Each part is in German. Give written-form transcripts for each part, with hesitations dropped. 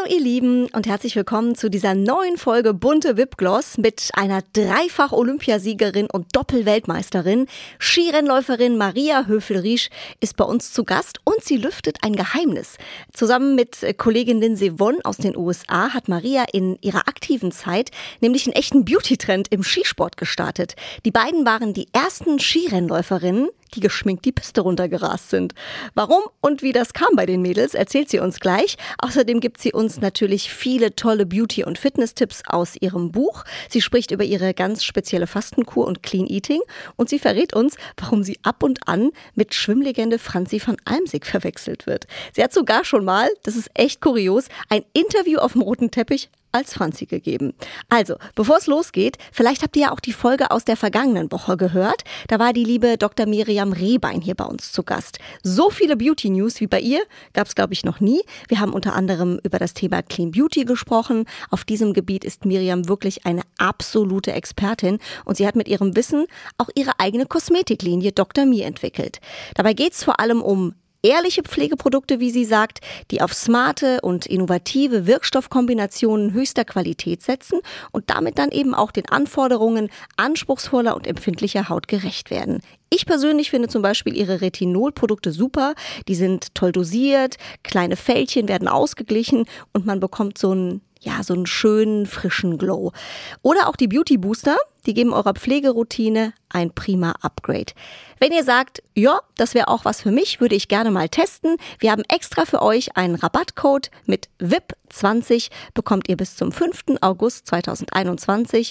ihr Lieben und herzlich willkommen zu dieser neuen Folge Bunte Wipgloss mit einer Dreifach-Olympiasiegerin und Doppel-Weltmeisterin. Skirennläuferin Maria Höfel-Riesch ist bei uns zu Gast und sie lüftet ein Geheimnis. Zusammen mit Kollegin Lindsey Vonn aus den USA hat Maria in ihrer aktiven Zeit nämlich einen echten Beauty-Trend im Skisport gestartet. Die beiden waren die ersten Skirennläuferinnen, die geschminkt die Piste runtergerast sind. Warum und wie das kam bei den Mädels, erzählt sie uns gleich. Außerdem gibt sie uns natürlich viele tolle Beauty- und Fitness-Tipps aus ihrem Buch. Sie spricht über ihre ganz spezielle Fastenkur und Clean Eating und sie verrät uns, warum sie ab und an mit Schwimmlegende Franzi van Almsick verwechselt wird. Sie hat sogar schon mal, das ist echt kurios, ein Interview auf dem roten Teppich als Franzi gegeben. Also, bevor es losgeht, vielleicht habt ihr ja auch die Folge aus der vergangenen Woche gehört. Da war die liebe Dr. Miriam Rehbein hier bei uns zu Gast. So viele Beauty-News wie bei ihr gab es, glaube ich, noch nie. Wir haben unter anderem über das Thema Clean Beauty gesprochen. Auf diesem Gebiet ist Miriam wirklich eine absolute Expertin und sie hat mit ihrem Wissen auch ihre eigene Kosmetiklinie Dr. Me entwickelt. Dabei geht es vor allem um ehrliche Pflegeprodukte, wie sie sagt, die auf smarte und innovative Wirkstoffkombinationen höchster Qualität setzen und damit dann eben auch den Anforderungen anspruchsvoller und empfindlicher Haut gerecht werden. Ich persönlich finde zum Beispiel ihre Retinol-Produkte super. Die sind toll dosiert, kleine Fältchen werden ausgeglichen und man bekommt so einen schönen, frischen Glow. Oder auch die Beauty Booster, die geben eurer Pflegeroutine ein prima Upgrade. Wenn ihr sagt, ja, das wäre auch was für mich, würde ich gerne mal testen. Wir haben extra für euch einen Rabattcode mit VIP20, bekommt ihr bis zum 5. August 2021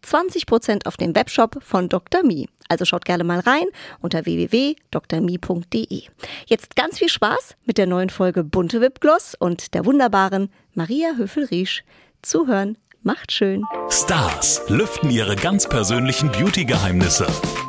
20% auf dem Webshop von Dr. Me. Also schaut gerne mal rein unter www.drme.de. Jetzt ganz viel Spaß mit der neuen Folge Bunte Wipgloss und der wunderbaren Maria Höfel-Riesch. Zuhören macht schön. Stars lüften ihre ganz persönlichen Beauty-Geheimnisse.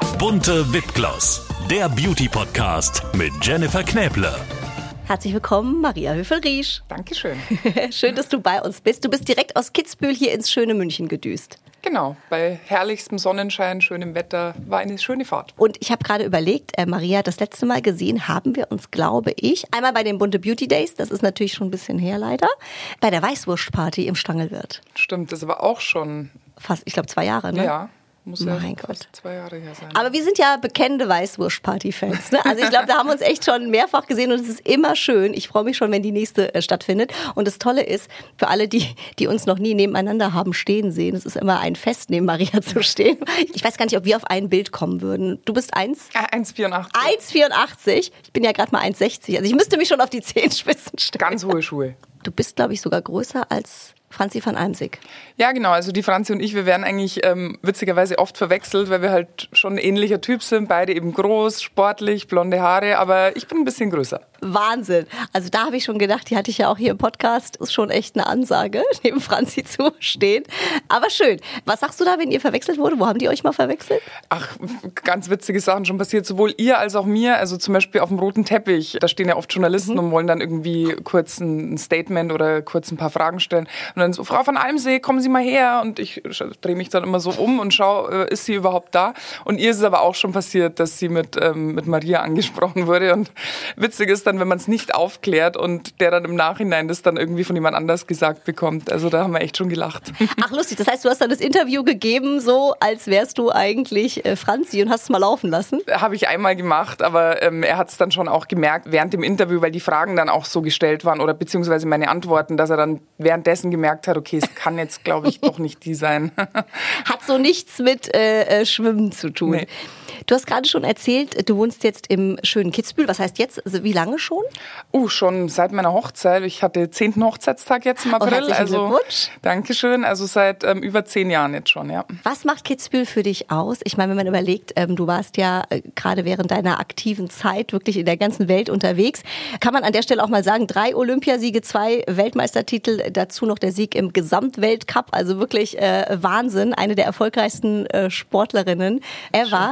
Bunte Wipgloss, der Beauty-Podcast mit Jennifer Knäble. Herzlich willkommen, Maria Höfel-Riesch. Dankeschön. Schön, dass du bei uns bist. Du bist direkt aus Kitzbühel hier ins schöne München gedüst. Genau, bei herrlichstem Sonnenschein, schönem Wetter, war eine schöne Fahrt. Und ich habe gerade überlegt, Maria, das letzte Mal gesehen haben wir uns, glaube ich, einmal bei den Bunte Beauty Days, das ist natürlich schon ein bisschen her leider, bei der Weißwurstparty im Stangelwirt. Stimmt, das war auch schon fast, ich glaube, 2 Jahre, ne? Ja. Muss ja mein fast Gott. 2 Jahre her sein. Aber wir sind ja bekennende Weißwurst-Party-Fans. Ne? Also ich glaube, da haben wir uns echt schon mehrfach gesehen und es ist immer schön. Ich freue mich schon, wenn die nächste stattfindet. Und das Tolle ist, für alle, die uns noch nie nebeneinander haben stehen sehen, es ist immer ein Fest, neben Maria zu stehen. Ich weiß gar nicht, ob wir auf ein Bild kommen würden. Du bist 1,84. 1,84. Ich bin ja gerade mal 1,60. Also ich müsste mich schon auf die Zehenspitzen stellen. Ganz hohe Schuhe. Du bist, glaube ich, sogar größer als Franzi van Almsick. Ja, genau. Also die Franzi und ich, wir werden eigentlich witzigerweise oft verwechselt, weil wir halt schon ein ähnlicher Typ sind. Beide eben groß, sportlich, blonde Haare, aber ich bin ein bisschen größer. Wahnsinn. Also da habe ich schon gedacht, die hatte ich ja auch hier im Podcast, ist schon echt eine Ansage, neben Franzi zu stehen. Aber schön. Was sagst du da, wenn ihr verwechselt wurde? Wo haben die euch mal verwechselt? Ach, ganz witzige Sachen schon passiert, sowohl ihr als auch mir. Also zum Beispiel auf dem roten Teppich, da stehen ja oft Journalisten und wollen dann irgendwie kurz ein Statement oder kurz ein paar Fragen stellen. Und dann so, Frau van Almsick, kommen Sie mal her. Und ich drehe mich dann immer so um und schaue, ist sie überhaupt da? Und ihr ist es aber auch schon passiert, dass sie mit Maria angesprochen wurde. Und witzig ist dann, wenn man es nicht aufklärt und der dann im Nachhinein das dann irgendwie von jemand anders gesagt bekommt. Also da haben wir echt schon gelacht. Ach lustig, das heißt, du hast dann das Interview gegeben, so als wärst du eigentlich Franzi und hast es mal laufen lassen? Habe ich einmal gemacht, aber er hat es dann schon auch gemerkt während dem Interview, weil die Fragen dann auch so gestellt waren oder beziehungsweise meine Antworten, dass er dann währenddessen gemerkt hat, okay, es kann jetzt, glaube ich, doch nicht die sein. Hat so nichts mit Schwimmen zu tun. Nee. Du hast gerade schon erzählt, du wohnst jetzt im schönen Kitzbühel. Was heißt jetzt? Also wie lange schon? Schon seit meiner Hochzeit. Ich hatte 10. Hochzeitstag jetzt im April. Herzlichen Glückwunsch. Dankeschön. Also seit über 10 Jahren jetzt schon, ja. Was macht Kitzbühel für dich aus? Ich meine, wenn man überlegt, du warst ja gerade während deiner aktiven Zeit wirklich in der ganzen Welt unterwegs. Kann man an der Stelle auch mal sagen, 3 Olympiasiege, 2 Weltmeistertitel, dazu noch der Sieg im Gesamtweltcup. Also wirklich Wahnsinn. Eine der erfolgreichsten Sportlerinnen ever. Schön.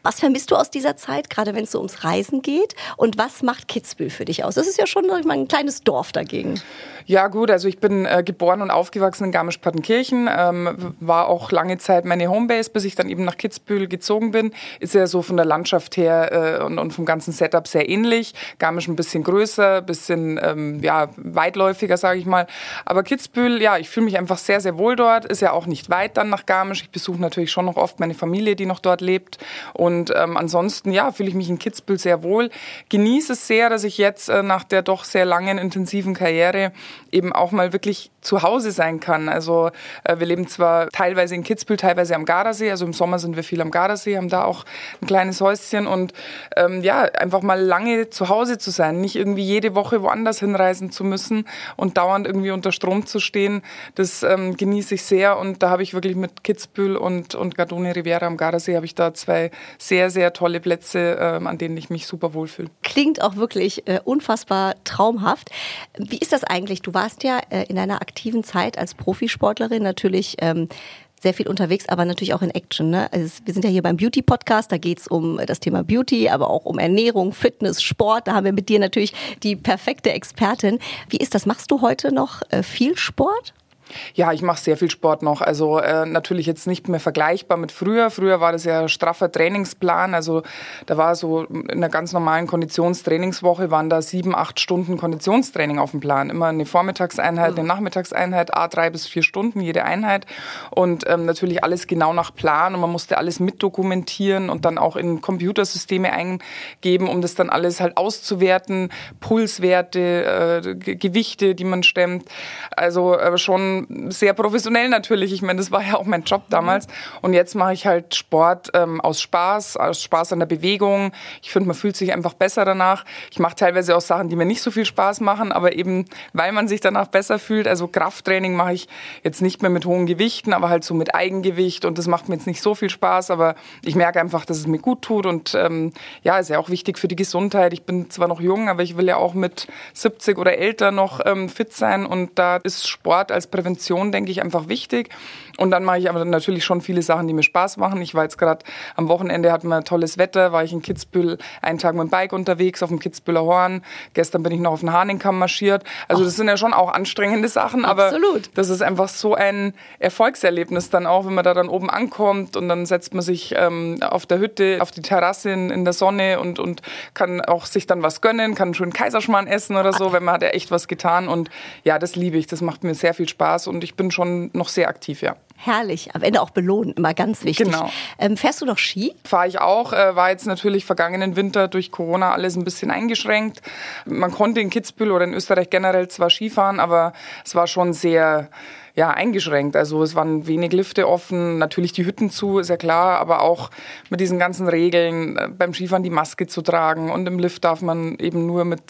Was vermisst du aus dieser Zeit, gerade wenn es so ums Reisen geht? Und was macht Kitzbühel für dich aus? Das ist ja schon ein kleines Dorf dagegen. Ja gut, also ich bin geboren und aufgewachsen in Garmisch-Partenkirchen, war auch lange Zeit meine Homebase, bis ich dann eben nach Kitzbühel gezogen bin. Ist ja so von der Landschaft her und vom ganzen Setup sehr ähnlich. Garmisch ein bisschen größer, ein bisschen weitläufiger, sage ich mal. Aber Kitzbühel, ja, ich fühle mich einfach sehr, sehr wohl dort. Ist ja auch nicht weit dann nach Garmisch. Ich besuche natürlich schon noch oft meine Familie, die noch dort lebt. Und ansonsten, ja, fühle ich mich in Kitzbühel sehr wohl. Genieße es sehr, dass ich jetzt nach der doch sehr langen, intensiven Karriere eben auch mal wirklich zu Hause sein kann. Also wir leben zwar teilweise in Kitzbühel, teilweise am Gardasee. Also im Sommer sind wir viel am Gardasee, haben da auch ein kleines Häuschen. Und einfach mal lange zu Hause zu sein. Nicht irgendwie jede Woche woanders hinreisen zu müssen und dauernd irgendwie unter Strom zu stehen. Das genieße ich sehr. Und da habe ich wirklich mit Kitzbühel und Gardone Riviera am Gardasee habe ich da 2 sehr, sehr tolle Plätze, an denen ich mich super wohlfühle. Klingt auch wirklich unfassbar traumhaft. Wie ist das eigentlich? Du warst ja in deiner aktiven Zeit als Profisportlerin natürlich sehr viel unterwegs, aber natürlich auch in Action. Ne? Also wir sind ja hier beim Beauty-Podcast, da geht's um das Thema Beauty, aber auch um Ernährung, Fitness, Sport. Da haben wir mit dir natürlich die perfekte Expertin. Wie ist das? Machst du heute noch viel Sport? Ja, ich mache sehr viel Sport noch. Also natürlich jetzt nicht mehr vergleichbar mit früher. Früher war das ja straffer Trainingsplan. Also da war so in einer ganz normalen Konditionstrainingswoche waren da 7-8 Stunden Konditionstraining auf dem Plan. Immer eine Vormittagseinheit, eine Nachmittagseinheit, 3 bis 4 Stunden jede Einheit. Und natürlich alles genau nach Plan. Und man musste alles mitdokumentieren und dann auch in Computersysteme eingeben, um das dann alles halt auszuwerten. Pulswerte, Gewichte, die man stemmt. Also schon sehr professionell natürlich. Ich meine, das war ja auch mein Job damals. Und jetzt mache ich halt Sport aus Spaß an der Bewegung. Ich finde, man fühlt sich einfach besser danach. Ich mache teilweise auch Sachen, die mir nicht so viel Spaß machen, aber eben, weil man sich danach besser fühlt. Also Krafttraining mache ich jetzt nicht mehr mit hohen Gewichten, aber halt so mit Eigengewicht. Und das macht mir jetzt nicht so viel Spaß, aber ich merke einfach, dass es mir gut tut. Und ist ja auch wichtig für die Gesundheit. Ich bin zwar noch jung, aber ich will ja auch mit 70 oder älter noch fit sein. Und da ist Sport als Prävention, denke ich, einfach wichtig. Und dann mache ich aber natürlich schon viele Sachen, die mir Spaß machen. Ich war jetzt gerade am Wochenende, hatten wir tolles Wetter, war ich in Kitzbühel einen Tag mit dem Bike unterwegs, auf dem Kitzbüheler Horn. Gestern bin ich noch auf den Hahnenkamm marschiert. Also das sind ja schon auch anstrengende Sachen, aber absolut. Das ist einfach so ein Erfolgserlebnis dann auch, wenn man da dann oben ankommt und dann setzt man sich auf der Hütte, auf die Terrasse in der Sonne und kann auch sich dann was gönnen, kann einen schönen Kaiserschmarrn essen oder so, wenn man hat ja echt was getan. Und ja, das liebe ich, das macht mir sehr viel Spaß und ich bin schon noch sehr aktiv, ja. Herrlich, am Ende auch belohnen, immer ganz wichtig. Genau. Fährst du noch Ski? Fahre ich auch, war jetzt natürlich vergangenen Winter durch Corona alles ein bisschen eingeschränkt. Man konnte in Kitzbühel oder in Österreich generell zwar Skifahren, aber es war schon sehr eingeschränkt. Also es waren wenig Lifte offen, natürlich die Hütten zu, ist ja klar, aber auch mit diesen ganzen Regeln, beim Skifahren die Maske zu tragen und im Lift darf man eben nur mit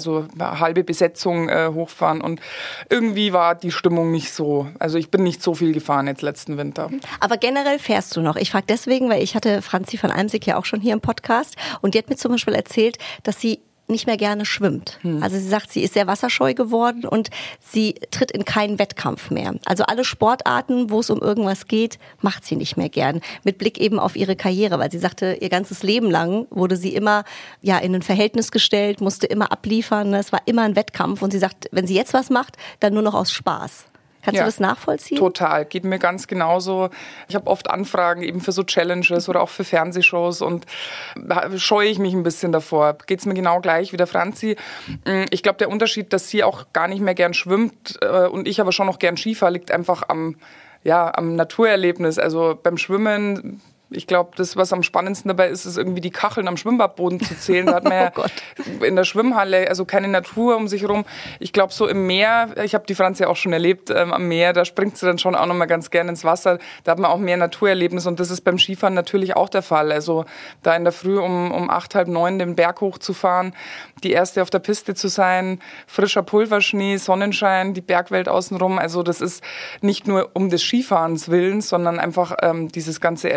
halbe Besetzung hochfahren und irgendwie war die Stimmung nicht so. Also ich bin nicht so viel gefahren jetzt letzten Winter. Aber generell fährst du noch? Ich frage deswegen, weil ich hatte Franzi von Almsick ja auch schon hier im Podcast und die hat mir zum Beispiel erzählt, dass sie nicht mehr gerne schwimmt. Also sie sagt, sie ist sehr wasserscheu geworden und sie tritt in keinen Wettkampf mehr. Also alle Sportarten, wo es um irgendwas geht, macht sie nicht mehr gern. Mit Blick eben auf ihre Karriere, weil sie sagte, ihr ganzes Leben lang wurde sie immer in ein Verhältnis gestellt, musste immer abliefern. Es war immer ein Wettkampf und sie sagt, wenn sie jetzt was macht, dann nur noch aus Spaß. Kannst du das nachvollziehen? Total, geht mir ganz genauso. Ich habe oft Anfragen eben für so Challenges oder auch für Fernsehshows und scheue ich mich ein bisschen davor. Geht es mir genau gleich wie der Franzi. Ich glaube, der Unterschied, dass sie auch gar nicht mehr gern schwimmt und ich aber schon noch gern Ski fahre, liegt einfach am Naturerlebnis. Also beim Schwimmen... Ich glaube, das, was am spannendsten dabei ist, ist irgendwie die Kacheln am Schwimmbadboden zu zählen. Da hat man ja in der Schwimmhalle also keine Natur um sich herum. Ich glaube, so im Meer, ich habe die Franzi ja auch schon erlebt, am Meer, da springt sie dann schon auch nochmal ganz gerne ins Wasser. Da hat man auch mehr Naturerlebnis und das ist beim Skifahren natürlich auch der Fall. Also da in der Früh um 8, halb 9 den Berg hochzufahren, die erste auf der Piste zu sein, frischer Pulverschnee, Sonnenschein, die Bergwelt außenrum. Also das ist nicht nur um des Skifahrens willen, sondern einfach dieses ganze Erlebnis.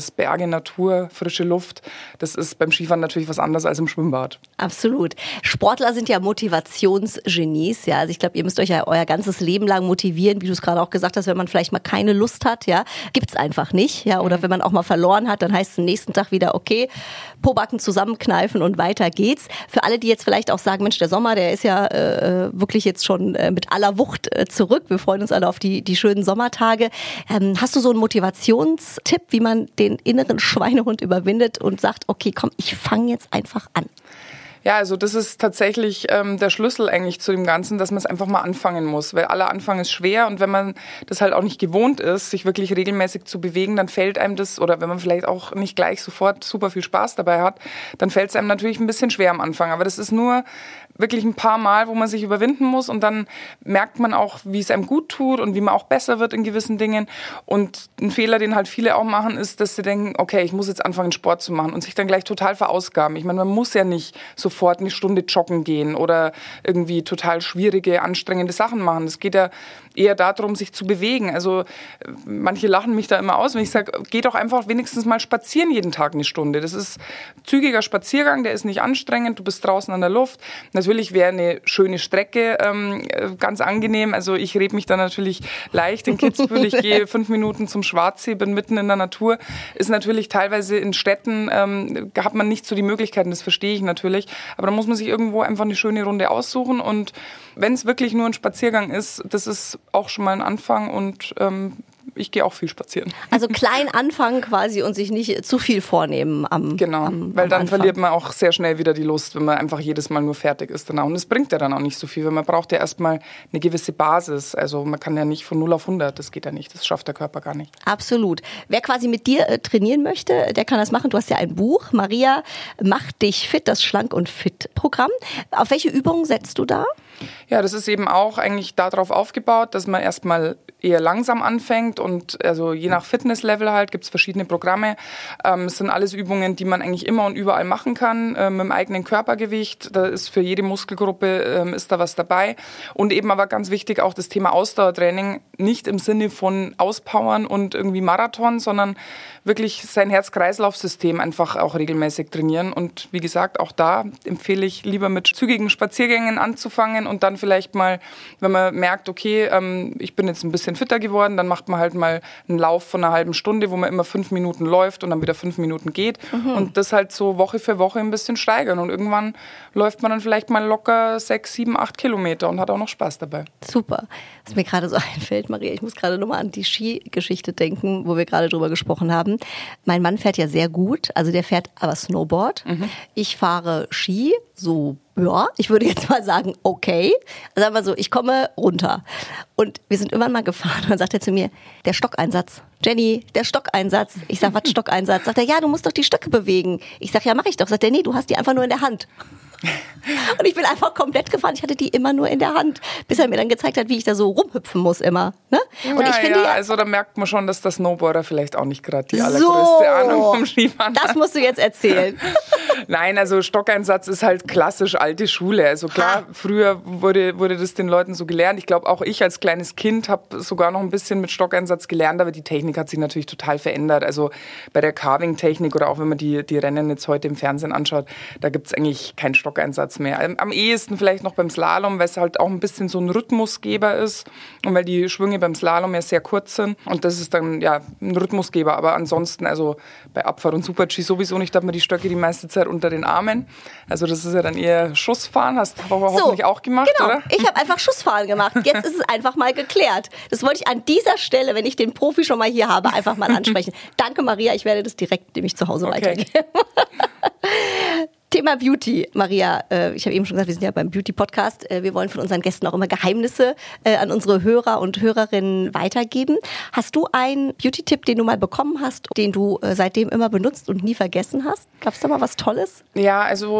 raus, Berge, Natur, frische Luft. Das ist beim Skifahren natürlich was anderes als im Schwimmbad. Absolut. Sportler sind ja Motivationsgenies. Ja? Also ich glaube, ihr müsst euch ja euer ganzes Leben lang motivieren, wie du es gerade auch gesagt hast, wenn man vielleicht mal keine Lust hat, ja, gibt's einfach nicht. Ja? Oder wenn man auch mal verloren hat, dann heißt es am nächsten Tag wieder, okay, Pobacken zusammenkneifen und weiter geht's. Für alle, die jetzt vielleicht auch sagen, Mensch, der Sommer, der ist ja wirklich jetzt schon mit aller Wucht zurück. Wir freuen uns alle auf die schönen Sommertage. Hast du so einen Motivationstipp, wie man den inneren Schweinehund überwindet und sagt, okay, komm, ich fange jetzt einfach an? Ja, also das ist tatsächlich der Schlüssel eigentlich zu dem Ganzen, dass man es einfach mal anfangen muss, weil aller Anfang ist schwer und wenn man das halt auch nicht gewohnt ist, sich wirklich regelmäßig zu bewegen, dann fällt einem das, oder wenn man vielleicht auch nicht gleich sofort super viel Spaß dabei hat, dann fällt es einem natürlich ein bisschen schwer am Anfang, aber das ist nur wirklich ein paar Mal, wo man sich überwinden muss und dann merkt man auch, wie es einem gut tut und wie man auch besser wird in gewissen Dingen. Und ein Fehler, den halt viele auch machen, ist, dass sie denken, okay, ich muss jetzt anfangen, Sport zu machen und sich dann gleich total verausgaben. Ich meine, man muss ja nicht sofort eine Stunde joggen gehen oder irgendwie total schwierige, anstrengende Sachen machen. Es geht ja eher darum, sich zu bewegen. Also manche lachen mich da immer aus, wenn ich sage, geh doch einfach wenigstens mal spazieren jeden Tag eine Stunde. Das ist zügiger Spaziergang, der ist nicht anstrengend, du bist draußen an der Luft. Natürlich wäre eine schöne Strecke ganz angenehm. Also ich rede mich da natürlich leicht in Kitzbühel. Ich gehe 5 Minuten zum Schwarzsee, bin mitten in der Natur. Ist natürlich teilweise in Städten, hat man nicht so die Möglichkeiten, das verstehe ich natürlich. Aber da muss man sich irgendwo einfach eine schöne Runde aussuchen. Und wenn es wirklich nur ein Spaziergang ist, das ist auch schon mal ein Anfang und ich gehe auch viel spazieren. Also klein anfangen quasi und sich nicht zu viel vornehmen Genau, weil dann verliert man auch sehr schnell wieder die Lust, wenn man einfach jedes Mal nur fertig ist danach. Und es bringt ja dann auch nicht so viel, weil man braucht ja erstmal eine gewisse Basis. Also man kann ja nicht von 0 auf 100, das geht ja nicht, das schafft der Körper gar nicht. Absolut. Wer quasi mit dir trainieren möchte, der kann das machen. Du hast ja ein Buch, Maria, Mach dich fit, das Schlank- und Fit-Programm. Auf welche Übungen setzt du da? Ja, das ist eben auch eigentlich darauf aufgebaut, dass man erstmal eher langsam anfängt und also je nach Fitnesslevel halt gibt es verschiedene Programme. Es sind alles Übungen, die man eigentlich immer und überall machen kann, mit dem eigenen Körpergewicht. Da ist für jede Muskelgruppe ist da was dabei. Und eben aber ganz wichtig auch das Thema Ausdauertraining, nicht im Sinne von Auspowern und irgendwie Marathon, sondern wirklich sein Herz-Kreislauf-System einfach auch regelmäßig trainieren. Und wie gesagt, auch da empfehle ich lieber mit zügigen Spaziergängen anzufangen und dann vielleicht mal, wenn man merkt, okay, ich bin jetzt ein bisschen fitter geworden, dann macht man halt mal einen Lauf von einer halben Stunde, wo man immer 5 Minuten läuft und dann wieder 5 Minuten geht und das halt so Woche für Woche ein bisschen steigern und irgendwann läuft man dann vielleicht mal locker 6, 7, 8 Kilometer und hat auch noch Spaß dabei. Super. Was mir gerade so einfällt, Maria, ich muss gerade nochmal an die Skigeschichte denken, wo wir gerade drüber gesprochen haben. Mein Mann fährt ja sehr gut, also der fährt aber Snowboard. Ich fahre Ski, so, ja, ich würde jetzt mal sagen, okay. Also sagen wir so, ich komme runter. Und wir sind irgendwann mal gefahren und dann sagt er zu mir, der Stockeinsatz. Jenny, der Stockeinsatz. Ich sag, was Stockeinsatz? Sagt er, ja, du musst doch die Stöcke bewegen. Ich sag, ja, mach ich doch. Sagt er, nee, du hast die einfach nur in der Hand. Und ich bin einfach komplett gefahren. Ich hatte die immer nur in der Hand, bis er mir dann gezeigt hat, wie ich da so rumhüpfen muss immer. Ne? Und ja, ich finde, ja, also da merkt man schon, dass der Snowboarder vielleicht auch nicht gerade die allergrößte Ahnung vom Skifahren hat. Das musst du jetzt erzählen. Nein, also Stockeinsatz ist halt klassisch alte Schule. Also klar, früher wurde das den Leuten so gelernt. Ich glaube, auch ich als kleines Kind habe sogar noch ein bisschen mit Stockeinsatz gelernt, aber die Technik hat sich natürlich total verändert. Also bei der Carving-Technik oder auch wenn man die Rennen jetzt heute im Fernsehen anschaut, da gibt es eigentlich keinen Stockeinsatz mehr. Am ehesten vielleicht noch beim Slalom, weil es halt auch ein bisschen so ein Rhythmusgeber ist und weil die Schwünge beim Slalom ja sehr kurz sind und das ist dann ja ein Rhythmusgeber. Aber ansonsten, also bei Abfahrt und Super-G sowieso nicht, da hat man die Stöcke die meiste Zeit unter den Armen. Also das ist ja dann eher Schussfahren, hast du hoffentlich auch gemacht, genau. Oder? Ich habe einfach Schussfahren gemacht. Jetzt ist es einfach mal geklärt. Das wollte ich an dieser Stelle, wenn ich den Profi schon mal hier habe, einfach mal ansprechen. Danke, Maria, ich werde das direkt nämlich zu Hause weitergeben. Thema Beauty, Maria, ich habe eben schon gesagt, wir sind ja beim Beauty-Podcast. Wir wollen von unseren Gästen auch immer Geheimnisse an unsere Hörer und Hörerinnen weitergeben. Hast du einen Beauty-Tipp, den du mal bekommen hast, den du seitdem immer benutzt und nie vergessen hast? Gab es da mal was Tolles? Ja, also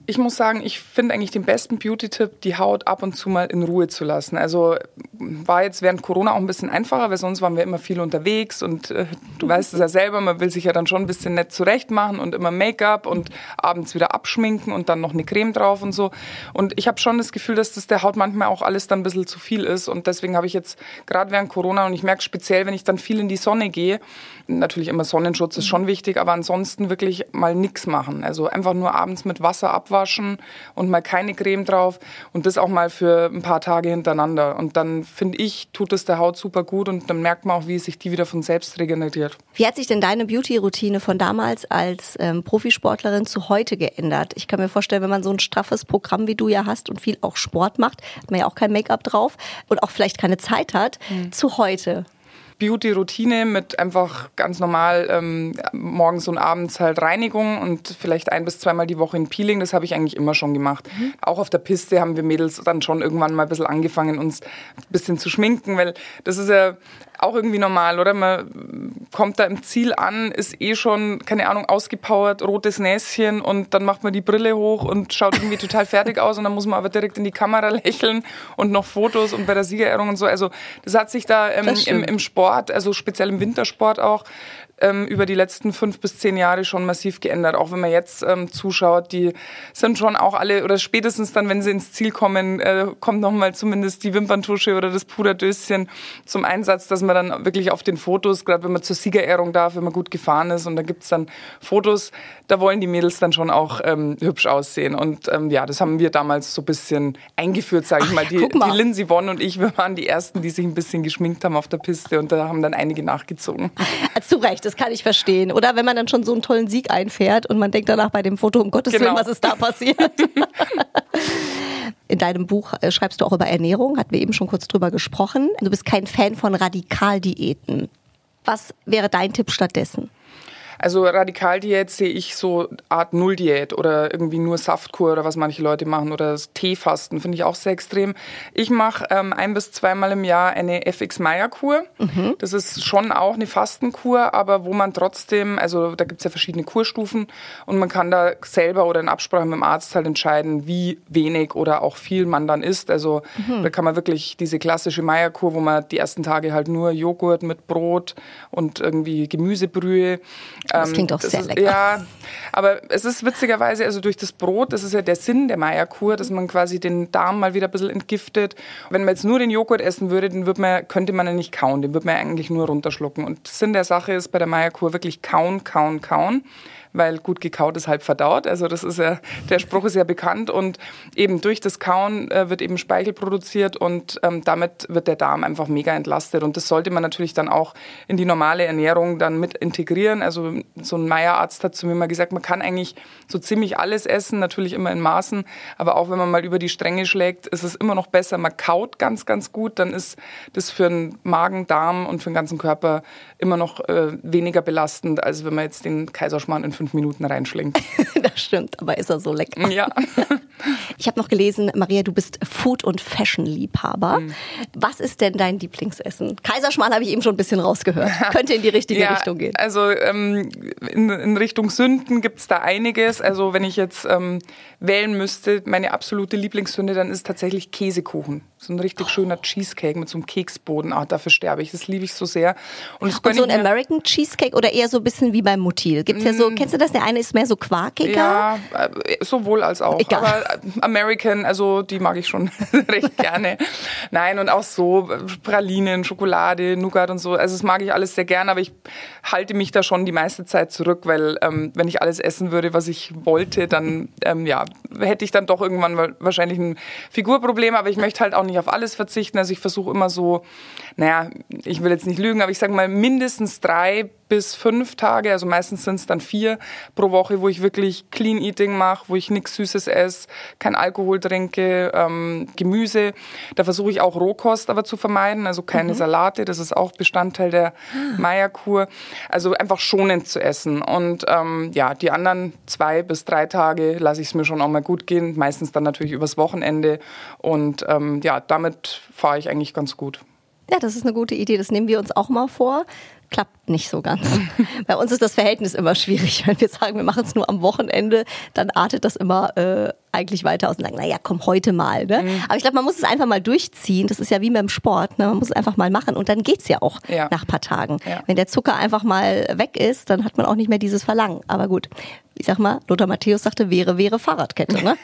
Ich muss sagen, ich finde eigentlich den besten Beauty-Tipp, die Haut ab und zu mal in Ruhe zu lassen. Also war jetzt während Corona auch ein bisschen einfacher, weil sonst waren wir immer viel unterwegs und du weißt es ja selber, man will sich ja dann schon ein bisschen nett zurecht machen und immer Make-up und abends wieder abschminken und dann noch eine Creme drauf und so. Und ich habe schon das Gefühl, dass das der Haut manchmal auch alles dann ein bisschen zu viel ist und deswegen habe ich jetzt gerade während Corona und ich merke speziell, wenn ich dann viel in die Sonne gehe, natürlich immer Sonnenschutz ist schon wichtig, aber ansonsten wirklich mal nichts machen. Also einfach nur abends mit Wasser abwaschen und mal keine Creme drauf und das auch mal für ein paar Tage hintereinander. Und dann, finde ich, tut es der Haut super gut und dann merkt man auch, wie sich die wieder von selbst regeneriert. Wie hat sich denn deine Beauty-Routine von damals als Profisportlerin zu heute geändert? Ich kann mir vorstellen, wenn man so ein straffes Programm wie du ja hast und viel auch Sport macht, hat man ja auch kein Make-up drauf und auch vielleicht keine Zeit hat, zu heute. Beauty-Routine mit einfach ganz normal morgens und abends halt Reinigung und vielleicht 1- bis 2-mal die Woche ein Peeling. Das habe ich eigentlich immer schon gemacht. Auch auf der Piste haben wir Mädels dann schon irgendwann mal ein bisschen angefangen, uns ein bisschen zu schminken, weil das ist ja auch irgendwie normal, oder? Man kommt da im Ziel an, ist schon, keine Ahnung, ausgepowert, rotes Näschen und dann macht man die Brille hoch und schaut irgendwie total fertig aus und dann muss man aber direkt in die Kamera lächeln und noch Fotos und bei der Siegerehrung und so. Also das hat sich da im Sport, also speziell im Wintersport auch, über die letzten 5 bis 10 Jahre schon massiv geändert. Auch wenn man jetzt zuschaut, die sind schon auch alle, oder spätestens dann, wenn sie ins Ziel kommen, kommt nochmal zumindest die Wimperntusche oder das Puderdöschen zum Einsatz, dass man dann wirklich auf den Fotos, gerade wenn man zur Siegerehrung darf, wenn man gut gefahren ist und da gibt's dann Fotos, da wollen die Mädels dann schon auch hübsch aussehen. Und ja, das haben wir damals so ein bisschen eingeführt, sage ich mal. Die Lindsey Vonn und ich, wir waren die Ersten, die sich ein bisschen geschminkt haben auf der Piste und da haben dann einige nachgezogen. Zu Recht, das kann ich verstehen. Oder wenn man dann schon so einen tollen Sieg einfährt und man denkt danach bei dem Foto, um Gottes Willen, was ist da passiert? In deinem Buch schreibst du auch über Ernährung, hatten wir eben schon kurz drüber gesprochen. Du bist kein Fan von Radikaldiäten. Was wäre dein Tipp stattdessen? Also Radikaldiät sehe ich so Art Nulldiät oder irgendwie nur Saftkur oder was manche Leute machen oder das Teefasten finde ich auch sehr extrem. Ich mache 1- bis 2-mal im Jahr eine FX-Meyer-Kur. Das ist schon auch eine Fastenkur, aber wo man trotzdem, also da gibt es ja verschiedene Kurstufen und man kann da selber oder in Absprache mit dem Arzt halt entscheiden, wie wenig oder auch viel man dann isst. Also da kann man wirklich diese klassische Meyer-Kur, wo man die ersten Tage halt nur Joghurt mit Brot und irgendwie Gemüsebrühe. Das klingt auch sehr lecker. Ja, aber es ist witzigerweise, also durch das Brot, das ist ja der Sinn der Meyer-Kur, dass man quasi den Darm mal wieder ein bisschen entgiftet. Wenn man jetzt nur den Joghurt essen würde, den könnte man ja nicht kauen, den würde man ja eigentlich nur runterschlucken. Und Sinn der Sache ist bei der Meyer-Kur wirklich kauen, kauen, kauen. Weil gut gekaut ist halb verdaut. Also das ist ja, der Spruch ist ja bekannt und eben durch das Kauen wird eben Speichel produziert und damit wird der Darm einfach mega entlastet und das sollte man natürlich dann auch in die normale Ernährung dann mit integrieren. Also so ein Meyer-Arzt hat zu mir mal gesagt, man kann eigentlich so ziemlich alles essen, natürlich immer in Maßen, aber auch wenn man mal über die Stränge schlägt, ist es immer noch besser, man kaut ganz, ganz gut, dann ist das für den Magen, Darm und für den ganzen Körper immer noch weniger belastend, als wenn man jetzt den Kaiserschmarrn in 5 Minuten reinschlingt. Das stimmt, aber ist er so lecker. Ja. Ich habe noch gelesen, Maria, du bist Food- und Fashion-Liebhaber. Was ist denn dein Lieblingsessen? Kaiserschmarrn habe ich eben schon ein bisschen rausgehört. Könnte in die richtige Richtung gehen. Also in Richtung Sünden gibt es da einiges. Also wenn ich jetzt wählen müsste, meine absolute Lieblingssünde, dann ist tatsächlich Käsekuchen. So ein richtig schöner Cheesecake mit so einem Keksboden. Dafür sterbe ich. Das liebe ich so sehr. Und so ein American Cheesecake oder eher so ein bisschen wie beim Mutil? Gibt's ja so, kennst du das? Der eine ist mehr so quarkiger. Ja, sowohl als auch. Egal. Aber American, also die mag ich schon recht gerne. Nein, und auch so Pralinen, Schokolade, Nougat und so. Also das mag ich alles sehr gerne, aber ich halte mich da schon die meiste Zeit zurück, weil wenn ich alles essen würde, was ich wollte, dann hätte ich dann doch irgendwann wahrscheinlich ein Figurproblem, aber ich möchte halt auch nicht auf alles verzichten. Also ich versuche immer so, ich will jetzt nicht lügen, aber ich sage mal mindestens 3 bis 5 Tage, also meistens sind es dann 4 pro Woche, wo ich wirklich Clean Eating mache, wo ich nichts Süßes esse, kein Alkohol trinke, Gemüse. Da versuche ich auch Rohkost aber zu vermeiden, also keine Salate, das ist auch Bestandteil der Meyer-Kur. Also einfach schonend zu essen. Und die anderen 2 bis 3 Tage lasse ich es mir schon auch mal gut gehen, meistens dann natürlich übers Wochenende. Und damit fahre ich eigentlich ganz gut. Ja, das ist eine gute Idee. Das nehmen wir uns auch mal vor. Klappt nicht so ganz. Bei uns ist das Verhältnis immer schwierig. Wenn wir sagen, wir machen es nur am Wochenende, dann artet das immer eigentlich weiter aus und sagen, naja, komm, heute mal. Ne? Aber ich glaube, man muss es einfach mal durchziehen. Das ist ja wie beim Sport. Ne? Man muss es einfach mal machen und dann geht's ja auch nach ein paar Tagen. Ja. Wenn der Zucker einfach mal weg ist, dann hat man auch nicht mehr dieses Verlangen. Aber gut, ich sag mal, Lothar Matthäus sagte, wäre Fahrradkette. Ne?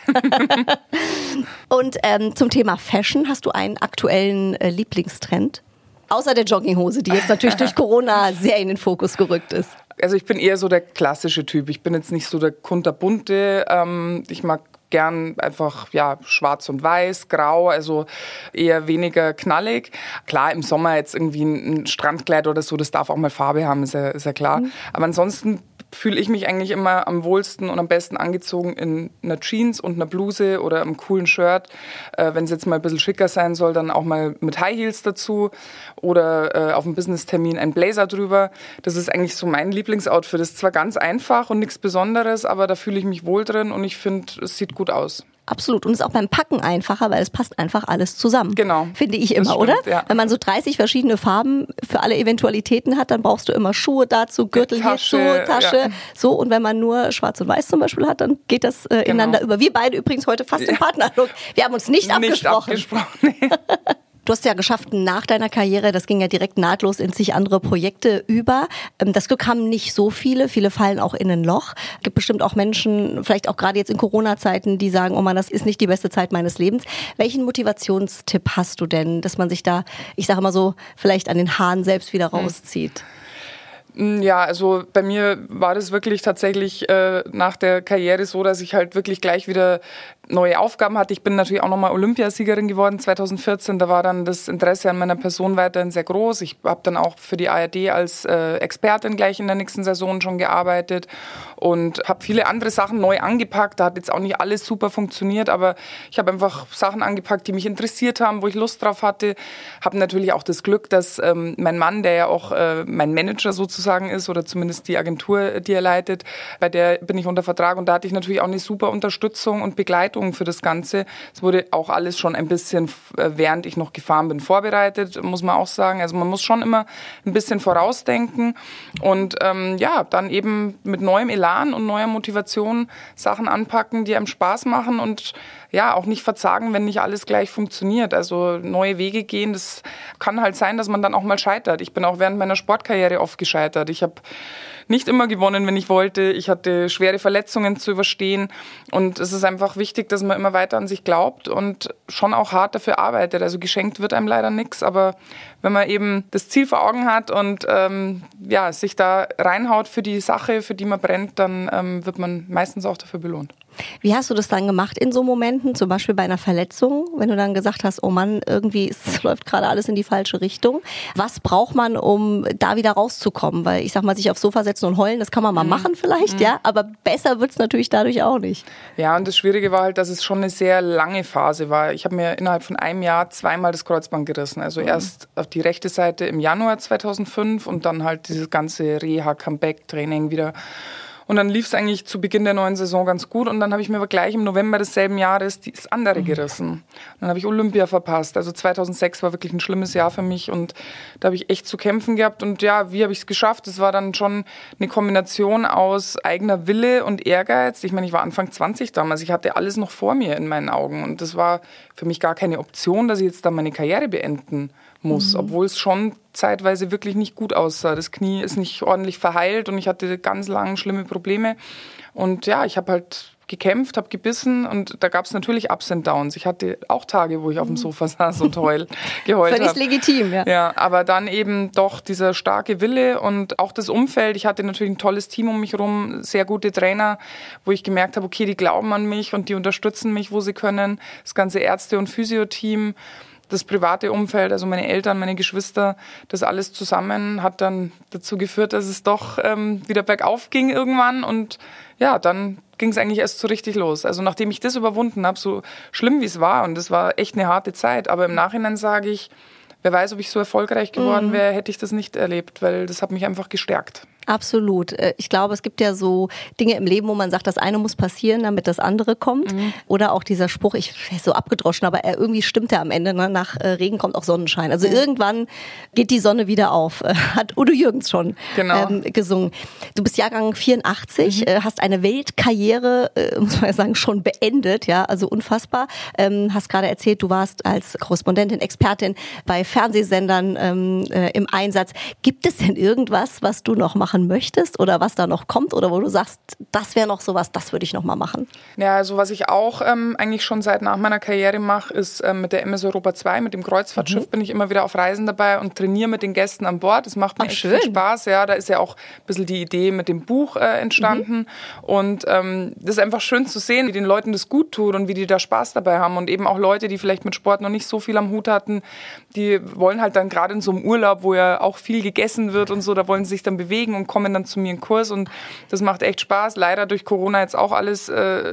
Und zum Thema Fashion, hast du einen aktuellen Lieblingstrend? Außer der Jogginghose, die jetzt natürlich durch Corona sehr in den Fokus gerückt ist. Also ich bin eher so der klassische Typ. Ich bin jetzt nicht so der kunterbunte. Ich mag gern einfach schwarz und weiß, grau, also eher weniger knallig. Klar, im Sommer jetzt irgendwie ein Strandkleid oder so, das darf auch mal Farbe haben, ist ja klar. Aber ansonsten fühle ich mich eigentlich immer am wohlsten und am besten angezogen in einer Jeans und einer Bluse oder einem coolen Shirt. Wenn es jetzt mal ein bisschen schicker sein soll, dann auch mal mit High Heels dazu oder auf einem Business-Termin ein Blazer drüber. Das ist eigentlich so mein Lieblingsoutfit. Das ist zwar ganz einfach und nichts Besonderes, aber da fühle ich mich wohl drin und ich finde, es sieht gut aus. Absolut. Und es ist auch beim Packen einfacher, weil es passt einfach alles zusammen. Genau. Finde ich immer, stimmt, oder? Ja. Wenn man so 30 verschiedene Farben für alle Eventualitäten hat, dann brauchst du immer Schuhe dazu, Gürtel hierzu, Tasche. Ja. So, und wenn man nur schwarz und weiß zum Beispiel hat, dann geht das ineinander über. Wir beide übrigens heute fast im Partnerlook. Wir haben uns nicht abgesprochen. Nee. Du hast ja geschafft, nach deiner Karriere, das ging ja direkt nahtlos in zig andere Projekte über. Das Glück haben nicht so viele. Viele fallen auch in ein Loch. Es gibt bestimmt auch Menschen, vielleicht auch gerade jetzt in Corona-Zeiten, die sagen, oh Mann, das ist nicht die beste Zeit meines Lebens. Welchen Motivationstipp hast du denn, dass man sich da, ich sage mal so, vielleicht an den Haaren selbst wieder rauszieht? Ja, also bei mir war das wirklich tatsächlich nach der Karriere so, dass ich halt wirklich gleich wieder neue Aufgaben hatte. Ich bin natürlich auch nochmal Olympiasiegerin geworden 2014. Da war dann das Interesse an meiner Person weiterhin sehr groß. Ich habe dann auch für die ARD als Expertin gleich in der nächsten Saison schon gearbeitet und habe viele andere Sachen neu angepackt. Da hat jetzt auch nicht alles super funktioniert, aber ich habe einfach Sachen angepackt, die mich interessiert haben, wo ich Lust drauf hatte. Habe natürlich auch das Glück, dass mein Mann, der ja auch mein Manager sozusagen ist oder zumindest die Agentur, die er leitet, bei der bin ich unter Vertrag und da hatte ich natürlich auch eine super Unterstützung und Begleitung für das Ganze. Es wurde auch alles schon ein bisschen, während ich noch gefahren bin, vorbereitet, muss man auch sagen. Also man muss schon immer ein bisschen vorausdenken und dann eben mit neuem Elan und neuer Motivation Sachen anpacken, die einem Spaß machen und auch nicht verzagen, wenn nicht alles gleich funktioniert. Also neue Wege gehen, das kann halt sein, dass man dann auch mal scheitert. Ich bin auch während meiner Sportkarriere oft gescheitert. Ich habe nicht immer gewonnen, wenn ich wollte. Ich hatte schwere Verletzungen zu überstehen. Und es ist einfach wichtig, dass man immer weiter an sich glaubt und schon auch hart dafür arbeitet. Also geschenkt wird einem leider nichts, aber wenn man eben das Ziel vor Augen hat und sich da reinhaut für die Sache, für die man brennt, dann wird man meistens auch dafür belohnt. Wie hast du das dann gemacht in so Momenten, zum Beispiel bei einer Verletzung, wenn du dann gesagt hast, oh Mann, irgendwie es läuft gerade alles in die falsche Richtung. Was braucht man, um da wieder rauszukommen? Weil ich sag mal, sich aufs Sofa setzen und heulen, das kann man mal machen vielleicht, aber besser wird's natürlich dadurch auch nicht. Ja, und das Schwierige war halt, dass es schon eine sehr lange Phase war. Ich habe mir innerhalb von einem Jahr zweimal das Kreuzband gerissen. Also erst auf die rechte Seite im Januar 2005 und dann halt dieses ganze Reha-Comeback-Training wieder. Und dann lief es eigentlich zu Beginn der neuen Saison ganz gut. Und dann habe ich mir aber gleich im November desselben Jahres das andere gerissen. Dann habe ich Olympia verpasst. Also 2006 war wirklich ein schlimmes Jahr für mich. Und da habe ich echt zu kämpfen gehabt. Und ja, wie habe ich es geschafft? Es war dann schon eine Kombination aus eigener Wille und Ehrgeiz. Ich meine, ich war Anfang 20 damals. Ich hatte alles noch vor mir in meinen Augen. Und das war für mich gar keine Option, dass ich jetzt dann meine Karriere beenden muss, obwohl es schon zeitweise wirklich nicht gut aussah. Das Knie ist nicht ordentlich verheilt und ich hatte ganz lange schlimme Probleme. Und ja, ich habe halt gekämpft, habe gebissen und da gab es natürlich Ups and Downs. Ich hatte auch Tage, wo ich auf dem Sofa saß und geheult habe. Völlig legitim, ja. Ja, aber dann eben doch dieser starke Wille und auch das Umfeld. Ich hatte natürlich ein tolles Team um mich herum, sehr gute Trainer, wo ich gemerkt habe, okay, die glauben an mich und die unterstützen mich, wo sie können. Das ganze Ärzte- und Physio-Team, das private Umfeld, also meine Eltern, meine Geschwister, das alles zusammen hat dann dazu geführt, dass es doch wieder bergauf ging irgendwann und ja, dann ging es eigentlich erst so richtig los. Also nachdem ich das überwunden habe, so schlimm wie es war und das war echt eine harte Zeit, aber im Nachhinein sage ich, wer weiß, ob ich so erfolgreich geworden wäre, hätte ich das nicht erlebt, weil das hat mich einfach gestärkt. Absolut. Ich glaube, es gibt ja so Dinge im Leben, wo man sagt, das eine muss passieren, damit das andere kommt. Oder auch dieser Spruch, ich ist so abgedroschen, aber irgendwie stimmt er am Ende. Ne? Nach Regen kommt auch Sonnenschein. Also irgendwann geht die Sonne wieder auf. Hat Udo Jürgens schon gesungen. Du bist Jahrgang 84, hast eine Weltkarriere, muss man ja sagen, schon beendet. Ja, also unfassbar. Hast gerade erzählt, du warst als Korrespondentin, Expertin bei Fernsehsendern im Einsatz. Gibt es denn irgendwas, was du noch machen möchtest oder was da noch kommt oder wo du sagst, das wäre noch sowas, das würde ich noch mal machen? Ja, also was ich auch eigentlich schon seit nach meiner Karriere mache, ist mit der MS Europa 2, mit dem Kreuzfahrtschiff, bin ich immer wieder auf Reisen dabei und trainiere mit den Gästen an Bord. Das macht mir echt viel Spaß. Ja, da ist ja auch ein bisschen die Idee mit dem Buch entstanden. Und das ist einfach schön zu sehen, wie den Leuten das gut tut und wie die da Spaß dabei haben. Und eben auch Leute, die vielleicht mit Sport noch nicht so viel am Hut hatten, die wollen halt dann gerade in so einem Urlaub, wo ja auch viel gegessen wird und so, da wollen sie sich dann bewegen und kommen dann zu mir in Kurs. Und das macht echt Spaß. Leider durch Corona jetzt auch alles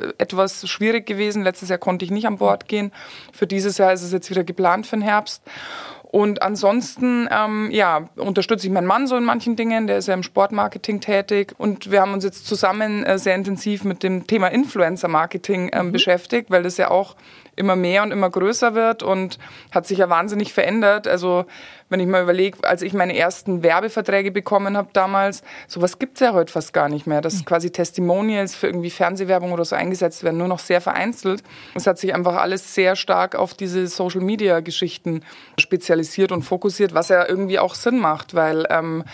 etwas schwierig gewesen. Letztes Jahr konnte ich nicht an Bord gehen. Für dieses Jahr ist es jetzt wieder geplant für den Herbst. Und ansonsten, unterstütze ich meinen Mann so in manchen Dingen. Der ist ja im Sportmarketing tätig. Und wir haben uns jetzt zusammen sehr intensiv mit dem Thema Influencer-Marketing beschäftigt, weil das ja auch immer mehr und immer größer wird und hat sich ja wahnsinnig verändert. Also wenn ich mal überlege, als ich meine ersten Werbeverträge bekommen habe damals, sowas gibt es ja heute fast gar nicht mehr. Dass quasi Testimonials für irgendwie Fernsehwerbung oder so eingesetzt werden, nur noch sehr vereinzelt. Es hat sich einfach alles sehr stark auf diese Social-Media-Geschichten spezialisiert und fokussiert, was ja irgendwie auch Sinn macht, weil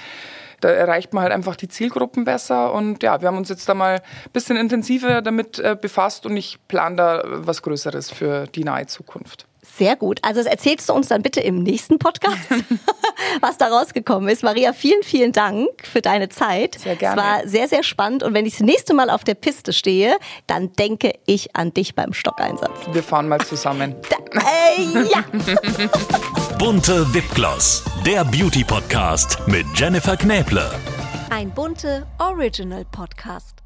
da erreicht man halt einfach die Zielgruppen besser. Und ja, wir haben uns jetzt da mal ein bisschen intensiver damit befasst und ich plane da was Größeres für die nahe Zukunft. Sehr gut. Also das erzählst du uns dann bitte im nächsten Podcast, was da rausgekommen ist. Maria, vielen, vielen Dank für deine Zeit. Sehr gerne. Es war sehr, sehr spannend. Und wenn ich das nächste Mal auf der Piste stehe, dann denke ich an dich beim Stockeinsatz. Wir fahren mal zusammen. Ja. Bunte Wipgloss, der Beauty-Podcast mit Jennifer Knäble. Ein Bunte Original Podcast.